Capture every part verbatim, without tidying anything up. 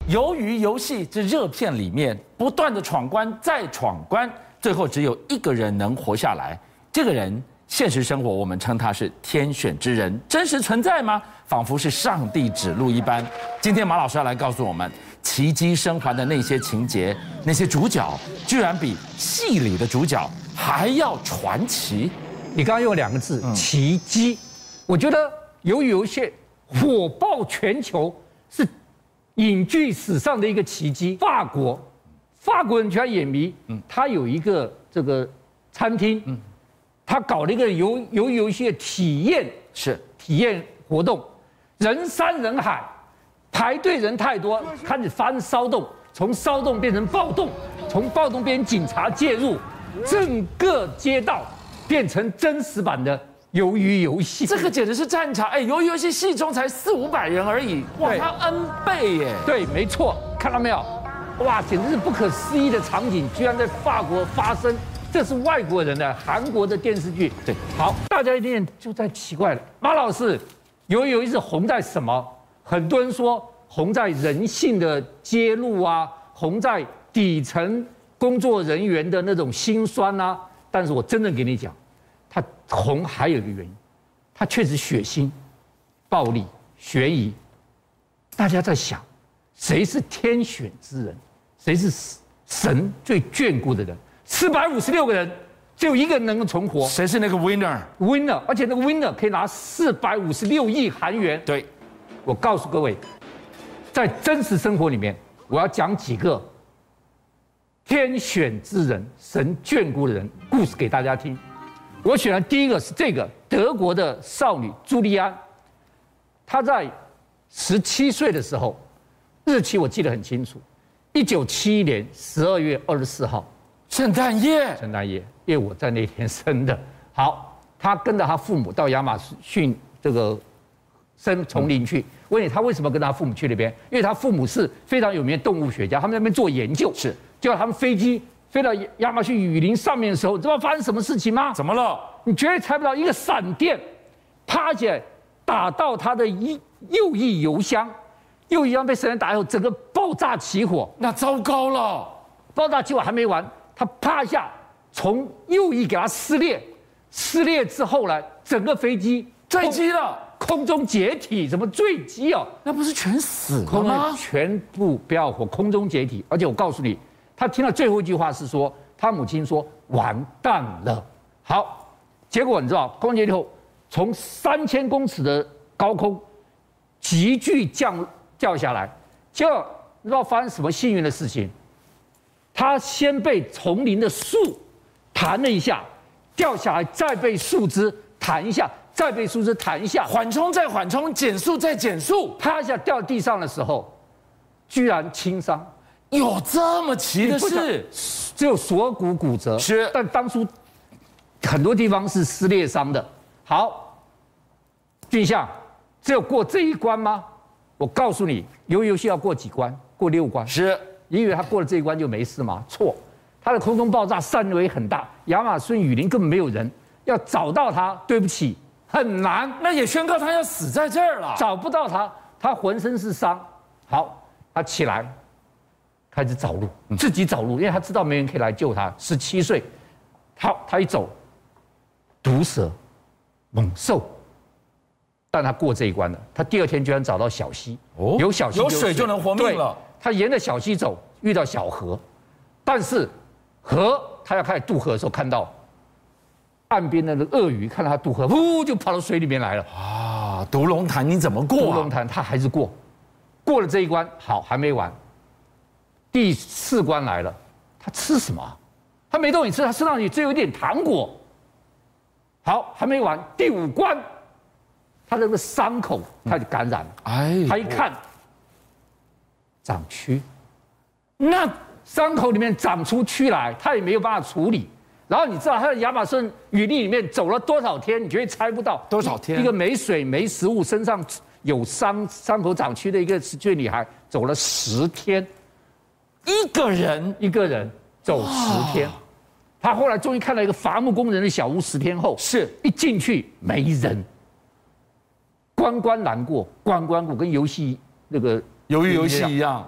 鱿鱼游戏这热片里面不断的闯关再闯关，最后只有一个人能活下来。这个人，现实生活我们称他是天选之人，真实存在吗？仿佛是上帝指路一般。今天马老师要来告诉我们，奇迹生还的那些情节，那些主角，居然比戏里的主角还要传奇。 你刚刚用两个字“奇迹”，我觉得鱿鱼游戏火爆全球是影剧史上的一个奇迹。法国，法国人居然也迷，他有一个这个餐厅，他搞了一个游鱿鱼游戏的体验， 是体验活动，人山人海，排队人太多，开始发生骚动，从骚动变成暴动，从暴动变成警察介入，整个街道变成真实版的鱿鱼游戏。 这个简直是战场！哎，鱿鱼游戏戏中才四五百人而已，哇，它 N 倍耶！ 对，没错，看到没有？哇，简直是不可思议的场景，居然在法国发生。这是外国人的韩国的电视剧。 对， 好，大家一定就在奇怪了，马老师，鱿鱼游戏是红在什么？很多人说红在人性的揭露啊，红在底层工作人员的那种辛酸啊。但是我真正给你讲，它红还有一个原因，它确实血腥、暴力、悬疑。大家在想，谁是天选之人？谁是神最眷顾的人？四百五十六个人，只有一个人能够存活。 谁是那个 winner？winner， winner， 而且那个 winner 可以拿四百五十六亿韩元。 对， 我告诉各位，在真实生活里面，我要讲几个天选之人、神眷顾的人故事给大家听。我选的第一个是这个德国的少女朱莉安，她在十七岁的时候，日期我记得很清楚，一九七一年十二月二十四号。 圣诞夜， 圣诞夜，因为我在那天生的。好，他跟着他父母到亚马逊这个森丛林去。问你他为什么跟他父母去那边？因为他父母是非常有名的动物学家，他们在那边做研究。 是， 结果他们飞机飞到亚马逊雨林上面的时候，你知道发生什么事情吗？ 怎么了？ 你绝对猜不到，一个闪电啪起来打到他的右右翼油箱，右翼油箱被闪电打以后，整个爆炸起火。 那糟糕了， 爆炸起火还没完。他啪一下从右翼给它撕裂，撕裂之后呢，整个飞机坠机了， 空中解体，怎么坠机哦？ 那不是全死了吗？ 全部不要活，空中解体。而且我告诉你，他听到最后一句话是说，他母亲说完蛋了。好，结果你知道，空中解体后，从三千公尺的高空急剧降掉下来，结果你知道发生什么幸运的事情？他先被丛林的树弹了一下，掉下来，再被树枝弹一下，再被树枝弹一下， 缓冲再缓冲，减速再减速， 啪一下掉地上的时候，居然轻伤。 有这么奇的事？ 只有锁骨骨折， 是， 但当初很多地方是撕裂伤的。好，俊相，只有过这一关吗？我告诉你，鱿鱼游戏要过几关？过六关。 是。 你以为他过了这一关就没事吗？错，他的空中爆炸范围很大，亚马逊雨林根本没有人，要找到他，对不起，很难。 那也宣告他要死在这儿了。 找不到他，他浑身是伤。好，他起来，开始找路，自己找路，因为他知道没人可以来救他。十七岁，好，他一走，毒蛇、猛兽，但他过这一关了。他第二天居然找到小溪，哦，有小溪有水就能活命了。 他沿着小溪走，遇到小河，但是河他要开始渡河的时候，看到岸边的那个鳄鱼，看到他渡河，呼就跑到水里面来了。 啊，独龙潭你怎么过、啊？ 独龙潭他还是过，过了这一关，好还没完，第四关来了，他吃什么？他没东西吃，他身上也只有一点糖果。好，还没完，第五关，他那个伤口开始感染了。哎，他一看。长蛆，那伤口里面长出蛆来，他也没有办法处理。然后你知道他在亚马逊雨林里面走了多少天？你绝对猜不到多少天。 一个没水没食物，身上有伤伤口长蛆的一个十岁女孩，走了十天， 一个人一个人走十天。他后来终于看到一个伐木工人的小屋，十天后是一进去没人，关关难过关关过，跟游戏那个。 鱿鱼游戏一样，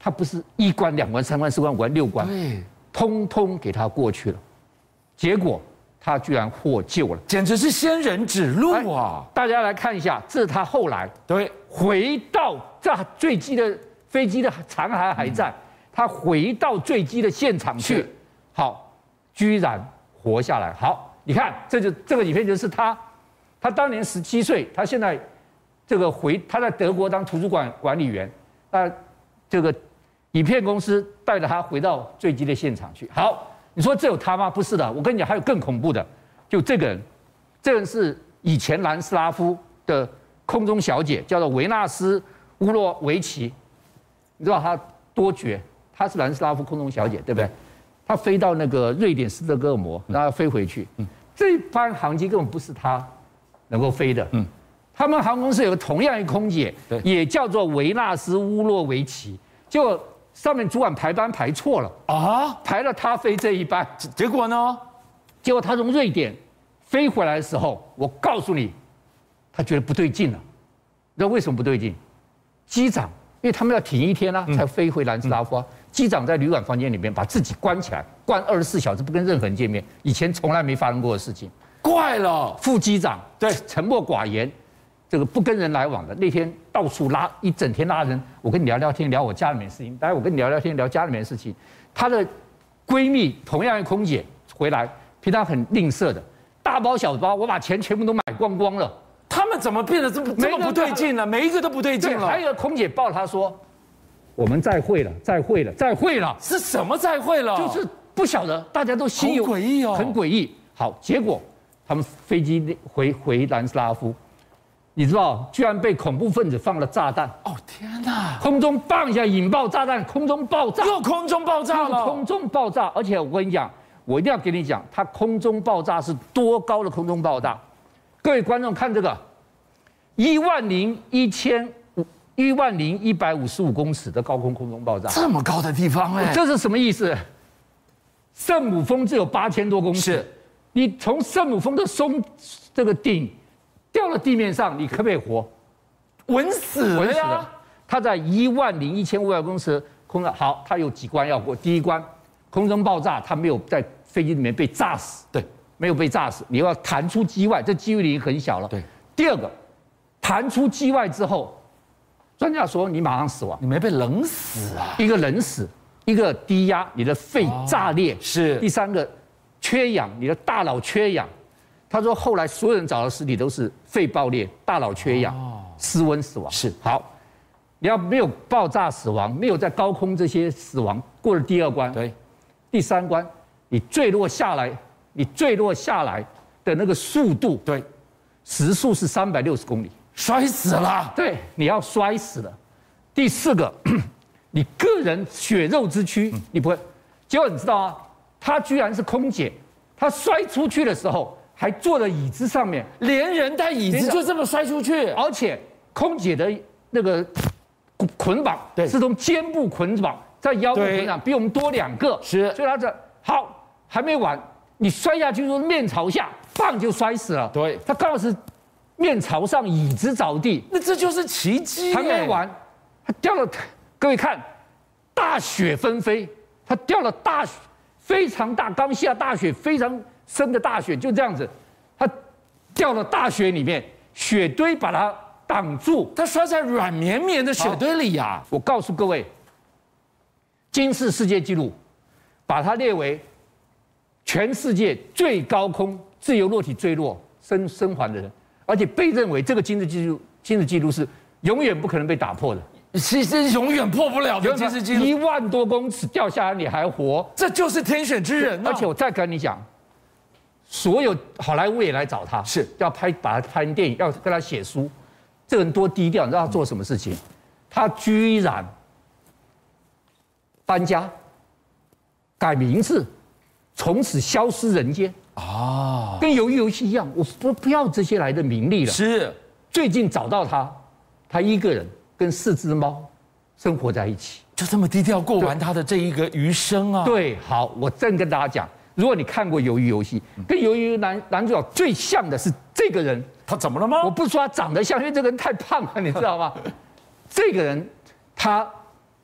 他不是一关、两关、三关、四关、五关、六关， 对， 通通给他过去了。结果他居然获救了， 简直是仙人指路啊！ 大家来看一下，这是他后来对回到这坠机的飞机的残骸还在，嗯、他回到坠机的现场去，好，居然活下来。好，你看，这就这个影片就是他，他当年十七岁，他现在这个回他在德国当图书馆管理员，那这个影片公司带着他回到坠机的现场去。好。你说这有他吗？不是的，我跟你讲，还有更恐怖的，就这个人，这个人是以前南斯拉夫的空中小姐，叫做维纳斯·乌洛维奇。你知道她多绝？她是南斯拉夫空中小姐，对不对？她飞到那个瑞典斯德哥尔摩，然后飞回去。嗯，这班航机根本不是她能够飞的。嗯，他们航空公司有个同样一个空姐，也叫做维纳斯·乌洛维奇，就。上面主管排班排错了啊，排了他飞这一班， 结果呢？ 结果他从瑞典飞回来的时候，我告诉你，他觉得不对劲了。你知道为什么不对劲？机长，因为他们要停一天啊，嗯、才飞回南斯拉夫、啊。嗯、机长在旅馆房间里面把自己关起来，关二十四小时，不跟任何人见面，以前从来没发生过的事情。 怪了， 副机长对沉默寡言。这个不跟人来往的，那天到处拉一整天拉人，我跟你聊聊天，聊我家里面的事情。待会我跟你聊聊天，聊家里面的事情。她的闺蜜同样的空姐回来，平常很吝啬的，大包小包，我把钱全部都买光光了。 他们怎么变得这么这么不对劲了？每一个都不对劲了。 还有一个空姐抱她说：“我们再会了，再会了，再会了。” 是什么再会了？ 就是不晓得，大家都心有诡异哦， 很诡异。好，结果他们飞机回回南斯拉夫。你知道，居然被恐怖分子放了炸弹！ 哦天哪！ 空中放一下引爆炸弹，空中爆炸， 又空中爆炸了！ 空中爆炸，而且我跟你讲，我一定要给你讲，它空中爆炸是多高的空中爆炸？各位观众看这个，一万零一千五，一万零一百五十五公尺的高空空中爆炸， 这么高的地方哎， 这是什么意思？圣母峰只有八千多公尺， 是， 你从圣母峰的松这个顶。掉到地面上，你可不可以活？ 稳死了呀！ 他在一万零一千五百公尺空中，好，他有几关要过。第一关，空中爆炸，他没有在飞机里面被炸死， 对， 没有被炸死，你要弹出机外，这机会已经很小了。 对。 第二个，弹出机外之后，专家说你马上死亡， 你没被冷死啊？ 一个冷死，一个低压，你的肺炸裂，哦、 是。 第三个，缺氧，你的大脑缺氧。他说，后来所有人找到尸体都是肺爆裂、大脑缺氧、哦、失温死亡。 是好，你要没有爆炸死亡，没有在高空这些死亡，过了第二关。 对， 第三关，你坠落下来，你坠落下来的那个速度， 对， 时速是三百六十公里， 摔死了。 对，你要摔死了。第四个，你个人血肉之躯，嗯、你不会。结果你知道吗？她居然是空姐，她摔出去的时候。还坐在椅子上面， 连人带椅子就这么摔出去， 而且空姐的那个捆绑是从肩部捆绑，在腰部捆绑，比我们多两个， 是， 所以他这好还没完，你摔下去说面朝下，棒就摔死了， 对， 他刚好是面朝上，椅子着地， 那这就是奇迹， 还没完，他掉了，各位看，大雪纷飞，他掉了大非常大，刚下大雪，非常。深的大雪就这样子，它掉到大雪里面，雪堆把它挡住， 它摔在软绵绵的雪堆里呀、啊。 我告诉各位，金氏世界纪录把它列为全世界最高空自由落体坠落生生还的人，而且被认为这个金氏纪录，金氏纪录是永远不可能被打破的。 其实永远破不了的金氏纪录， 一万多公尺掉下来你还活， 这就是天选之人、啊。 而且我再跟你讲。所有好莱坞也来找他， 是要拍把他拍成电影，要跟他写书。这个人多低调，你知道他做什么事情？他居然搬家、改名字，从此消失人间啊！跟鱿鱼游戏一样，我不不要这些来的名利了。 是， 最近找到他，他一个人跟四只猫生活在一起， 就这么低调过完他的这一个余生啊！ 对，好，我正跟大家讲。如果你看过《鱿鱼游戏》，跟鱿鱼男男主角最像的是这个人， 他怎么了吗？ 我不说他长得像，因为这个人太胖了，你知道吗？这个人他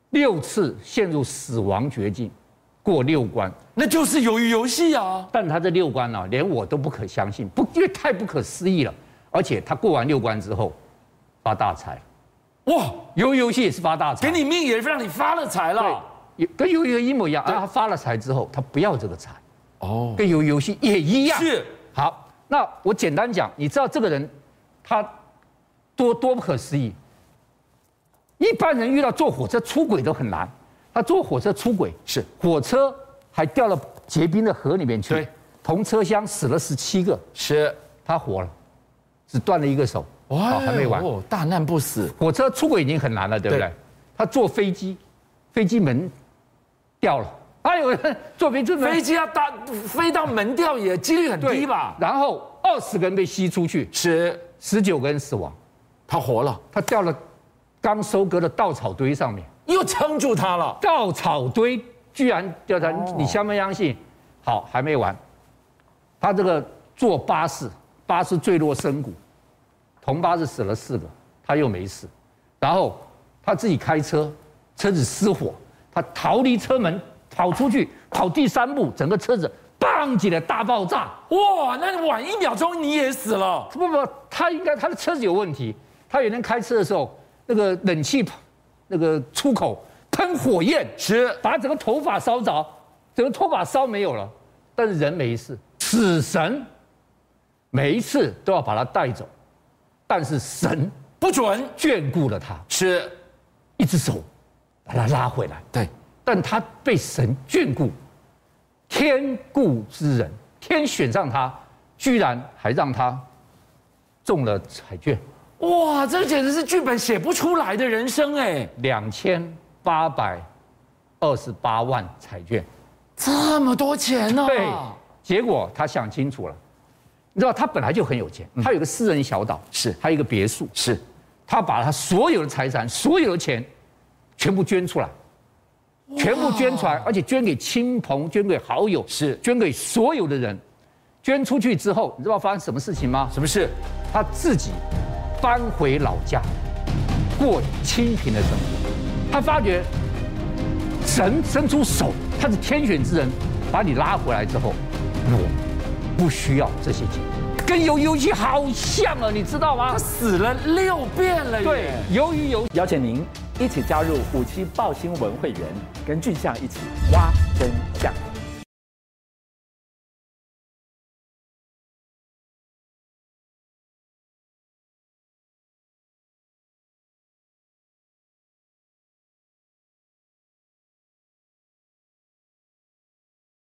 六次陷入死亡绝境，过六关， 那就是鱿鱼游戏啊！ 但他这六关呢、啊，连我都不可相信，不，因为太不可思议了。而且他过完六关之后，发大财，哇！鱿鱼游戏也是发大财， 给你命也是让你发了财了， 对，跟鱿鱼一模一样。啊，他发了财之后，他不要这个财， 哦， 跟鱿鱼游戏也一样。 是， 好，那我简单讲，你知道这个人他多多不可思议。一般人遇到坐火车出轨都很难，他坐火车出轨， 是火车还掉到结冰的河里面去， 对， 同车厢死了十七个， 是他活了，只断了一个手， 哇， 还没完， 哦，大难不死。 火车出轨已经很难了，对不对？ 对他坐飞机，飞机门掉了，还有人坐飞机门飞机要大飞到门掉也几率很低吧？ 然后二十个人被吸出去， 是十九个人死亡， 他活了， 他掉了刚收割的稻草堆上面。 又撑住他了。 稻草堆居然掉他，你相不相信？好，还没完，他这个坐巴士，巴士坠落深谷，同巴士死了四个，他又没死。然后他自己开车，车子失火，他逃离车门，跑出去，跑第三步，整个车子砰起来大爆炸。 哇，那你晚一秒钟你也死了。 不不，他应该他的车子有问题。他有天开车的时候，那个冷气那个出口喷火焰， 是把整个头发烧着，整个头发烧没有了，但是人没事。死神每一次都要把他带走，但是神不准眷顾了他， 是一只手把他拉回来。 对， 但他被神眷顾，天顾之人，天选上他，居然还让他中了彩券。 哇，这简直是剧本写不出来的人生哎！ 两千八百二十八万彩券， 这么多钱呢、 对，结果他想清楚了，你知道他本来就很有钱，他有个私人小岛， 是还有一个别墅， 是， 他把他所有的财产、所有的钱全部捐出来，全部捐出来，而且捐给亲朋、捐给好友， 是捐给所有的人。捐出去之后，你知道发生什么事情吗？ 什么事？ 他自己搬回老家，过清贫的生活。他发觉神伸出手，他是天选之人，把你拉回来之后，我不需要这些钱，跟鱿鱼游戏好像啊，你知道吗他？死了六遍了耶！ 对，鱿鱼游邀请您一起加入五七报新闻会员，跟俊相一起挖真相。